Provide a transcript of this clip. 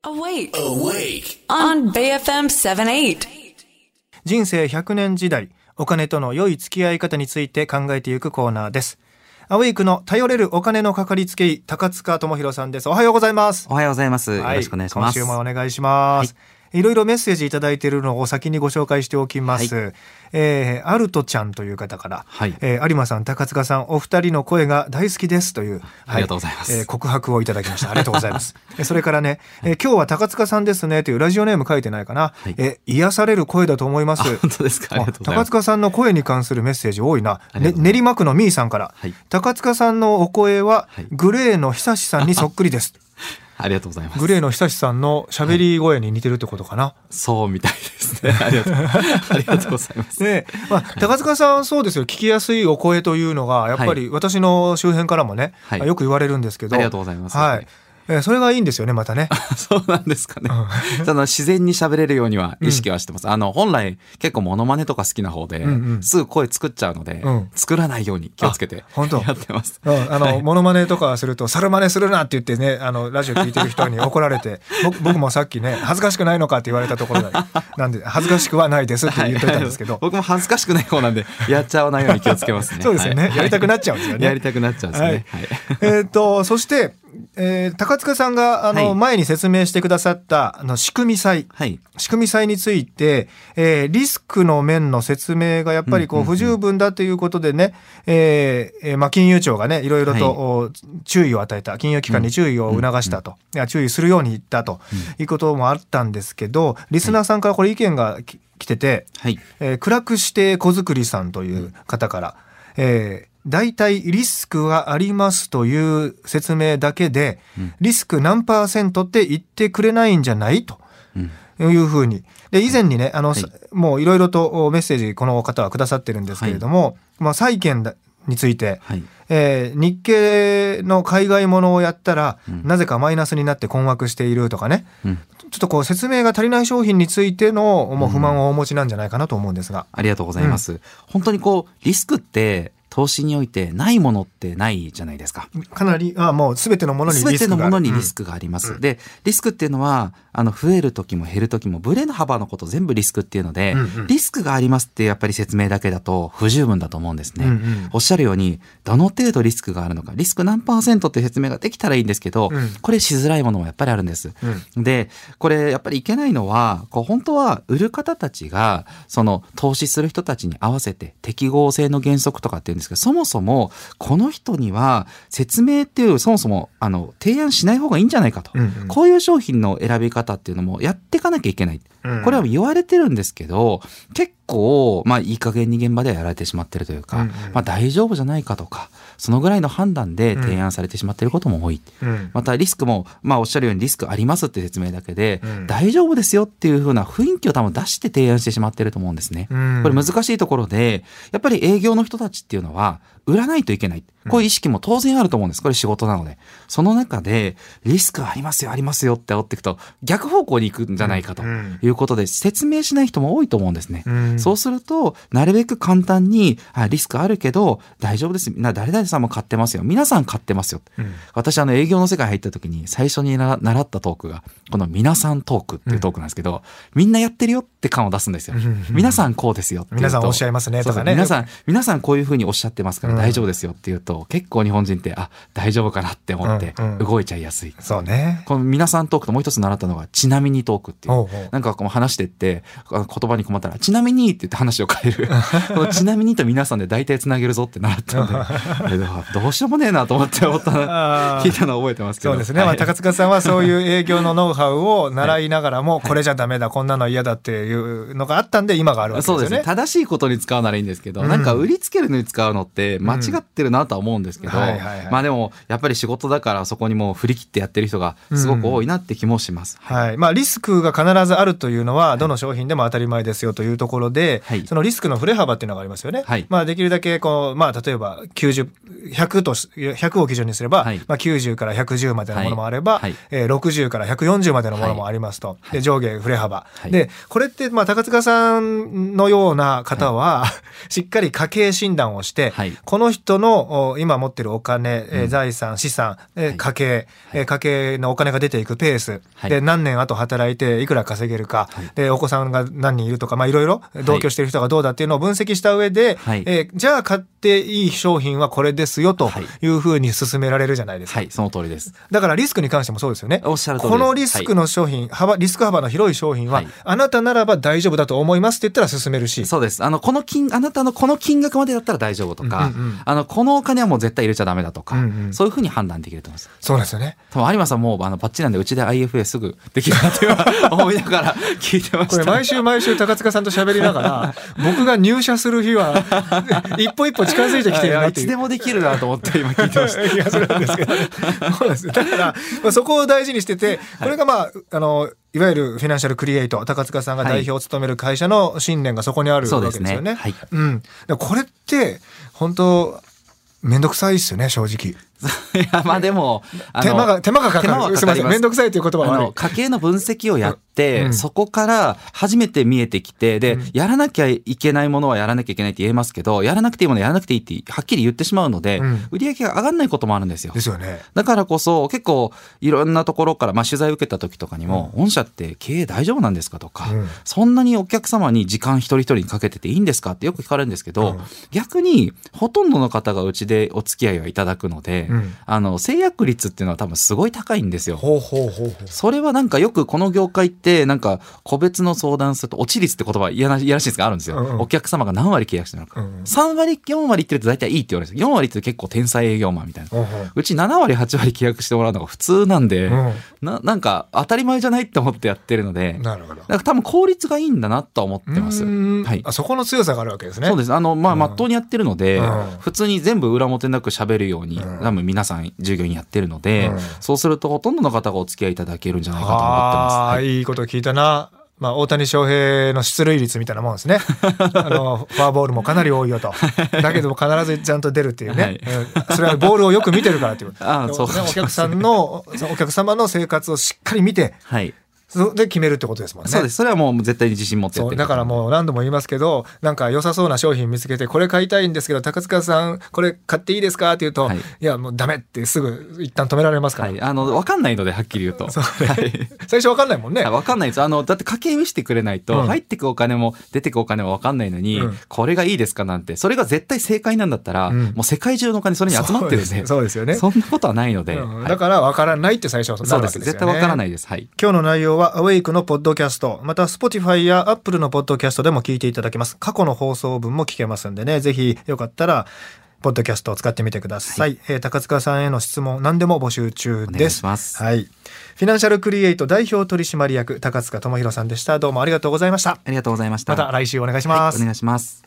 Awake. Awake. On BFM 78. 人生100年時代、お金との良い付き合い方について考えていくコーナーです。アウェイクの頼れるお金のかかりつけ医、高塚智博さんです。おはようございます。 おはようございます。よろしくお願いします。 今週もお願いします。いろいろメッセージいただいているのを先にご紹介しておきます。アルトちゃんという方から、有馬さん、高塚さん、お二人の声が大好きですという、 ありがとうございます。 告白をいただきました。ありがとうございます。それからね、今日は高塚さんですねというラジオネーム書いてないかな。癒される声だと思います。 本当ですか。ありがとうございます。 高塚さんの声に関するメッセージ多いな。練馬区のみーさんから、高塚さんのお声はグレーの久志さんにそっくりです。 ありがとうございます。 グレーの久志さんの喋り声に似てるってことかな。 そうみたいですね。ありがとうございます。 ね、高塚さんそうですよ。聞きやすいお声というのがやっぱり私の周辺からもね、よく言われるんですけど。 ありがとうございます。 それがいいんですよね、またね。 そうなんですかね。自然に喋れるようには意識はしてます。本来結構モノマネとか好きな方で、すぐ声作っちゃうので、作らないように気をつけてやってます。 モノマネとかすると、猿真似するなって言ってね、ラジオ聞いてる人に怒られて、僕もさっきね、恥ずかしくないのかって言われたところで、なんで、恥ずかしくはないですって言ってたんですけど。 僕も恥ずかしくない方なんで、やっちゃわないように気をつけますね。 そうですよね。やりたくなっちゃうんですよね。 やりたくなっちゃうんですね。 そして、高塚さんが前に説明してくださった仕組み債、仕組み債について、リスクの面の説明がやっぱり不十分だということでね、金融庁がねいろいろと注意を与えた、金融機関に注意を促したと、注意するように言ったということもあったんですけど、リスナーさんからこれ意見が来てて、暗くして子作りさんという方から、大体リスクはありますという説明だけで、リスク何%って言ってくれないんじゃないというふうに。で、以前にね、もういろいろとメッセージこの方はくださってるんですけれども、債券について、日経の海外ものをやったら、なぜかマイナスになって困惑しているとかね、ちょっと説明が足りない商品についてのもう不満をお持ちなんじゃないかなと思うんですが。 ありがとうございます。本当にリスクって投資においてないものってないじゃないですか。 かなりもう全てのものにリスクがある。 全てのものにリスクがあります。で、リスクっていうのは増える時も減る時もブレの幅のこと全部リスクっていうので、リスクがありますってやっぱり説明だけだと不十分だと思うんですね。おっしゃるようにどの程度リスクがあるのか、リスク何%って説明ができたらいいんですけど、これしづらいものもやっぱりあるんです。で、これやっぱりいけないのは本当は売る方たちが投資する人たちに合わせて適合性の原則とかっていうんですけど、そもそもこの人には説明っていうそもそも提案しない方がいいんじゃないかと、こういう商品の選び方っていうのもやっていかなきゃいけない、これは言われてるんですけど、結構いい加減に現場ではやられてしまってるというか、大丈夫じゃないかとか、そのぐらいの判断で提案されてしまっていることも多い。またリスクもおっしゃるようにリスクありますって説明だけで、大丈夫ですよっていう風な雰囲気を多分出して提案してしまっていると思うんですね。これ難しいところで、やっぱり営業の人たちっていうのは売らないといけない、こういう意識も当然あると思うんです。これ仕事なので、その中でリスクありますよありますよって煽っていくと逆方向に行くんじゃないかということで、説明しない人も多いと思うんですね。そうするとなるべく簡単にリスクあるけど大丈夫です、誰々さんも買ってますよ、皆さん買ってますよ、私営業の世界入った時に最初に習ったトークがこの皆さんトークっていうトークなんですけど、みんなやってるよって感を出すんですよ。皆さんこうですよって言うと、 皆さんおっしゃいますねとかね、 皆さんこういうふうにおっしゃってますから大丈夫ですよって言うと、結構日本人って大丈夫かなって思って動いちゃいやすい。 そうね。 この皆さんトークともう一つ習ったのがちなみにトークっていう、なんか話してって言葉に困ったらちなみにって言って話を変えるこのちなみにと皆さんで大体つなげるぞって習ったのでどうしようもねえなと思って聞いたのを覚えてますけど。 そうですね、高塚さんはそういう営業のノウハウを習いながらも、これじゃダメだこんなの嫌だっていうのがあったんで今があるわけですよね。 そうですね、正しいことに使うならいいんですけど、なんか売りつけるのに使うのって間違ってるなとは思うんですけど、でもやっぱり仕事だからそこにもう振り切ってやってる人がすごく多いなって気もします。 リスクが必ずあるというのはどの商品でも当たり前ですよというところで、そのリスクの振れ幅っていうのがありますよね。できるだけ例えば100を基準にすれば、90から110までのものもあれば、60から140までのものもありますと。で、上下振れ幅。で、これって高塚さんのような方は、しっかり家計診断をして、この人の今持ってるお金、財産、資産、家計のお金が出ていくペース、で何年後働いていくら稼げるか、でお子さんが何人いるとか、いろいろ同居している人がどうだっていうのを分析した上で、じゃあ買っていい商品はこれですよというふうに勧められるじゃないですか。 その通りです。 だからリスクに関してもそうですよね。 おっしゃる通りです。 このリスクの商品、リスク幅の広い商品は、あなたならば大丈夫だと思いますって言ったら勧めるし。 そうです。あなたのこの金額までだったら大丈夫とか、このお金はもう絶対入れちゃダメだとか、そういうふうに判断できると思います。 そうですよね。 多分有馬さんもバッチリなんで、うちで IFA すぐできるなって思いながら聞いてました。 これ毎週高塚さんと喋りながら僕が入社する日は一歩一歩近づいてきてるなっていう。 いつでもできるなと思って今聞いてました。 いや、それなんですけど、そうです。だから、そこを大事にしてて、これがいわゆるフィナンシャルクリエイト、高塚さんが代表を務める会社の信念がそこにあるわけですよね。これって本当めんどくさいですよね、正直。 いや、でも手間がかかる。すみません、めんどくさいという言葉は家計の分析をやって、そこから初めて見えてきて、で、やらなきゃいけないものはやらなきゃいけないって言えますけど、やらなくていいものはやらなくていいってはっきり言ってしまうので、売り上げが上がらないこともあるんですよ。 ですよね。 だからこそ結構いろんなところから、取材を受けた時とかにも、御社って経営大丈夫なんですかとか、そんなにお客様に時間一人一人にかけてていいんですかってよく聞かれるんですけど、逆にほとんどの方がうちでお付き合いはいただくので、制約率っていうのは多分すごい高いんですよ。それはよくこの業界って個別の相談すると落ち率って言葉いやらしいんですがあるんですよ。お客様が何割契約してるのか、3割4割言ってると大体いいって言われるんです。4割って結構天才営業マンみたいな、うち7割8割契約してもらうのが普通なんで、当たり前じゃないって思ってやってるので、多分効率がいいんだなと思ってます。 そこの強さがあるわけですね。 そうです。まっとうにやってるので、普通に全部裏表なく喋るように、多分皆さん従業員やってるので、そうするとほとんどの方がお付き合いいただけるんじゃないかと思ってます。 いいこと聞いたな。大谷翔平の出塁率みたいなもんですね。フォアボールもかなり多いよと。だけども必ずちゃんと出るっていうね。それはボールをよく見てるからっていう。お客様の生活をしっかり見て、で決めるってことですもんね。 そうです。それはもう絶対に自信持ってやってる。 だからもう何度も言いますけど、良さそうな商品見つけて、これ買いたいんですけど高塚さんこれ買っていいですかって言うと、いやもうダメってすぐ一旦止められますから。 分かんないので、はっきり言うと。 最初分かんないもんね。 分かんないです。だって家計見せてくれないと、入ってくお金も出てくお金も分かんないのに、これがいいですかなんて、それが絶対正解なんだったら、もう世界中のお金それに集まってるんで。 そうですよね。 そんなことはないので。 だから分からないって最初はなるわけですよね。 絶対分からないです。 今日の内容はアウェイクのポッドキャスト、また Spotify や Apple のポッドキャストでも聞いていただけます。過去の放送分も聞けますんでね、ぜひよかったらポッドキャストを使ってみてください。高塚さんへの質問何でも募集中です。 お願いします。 フィナンシャルクリエイト代表取締役高塚智博さんでした。どうもありがとうございました。 ありがとうございました。 また来週お願いします。 お願いします。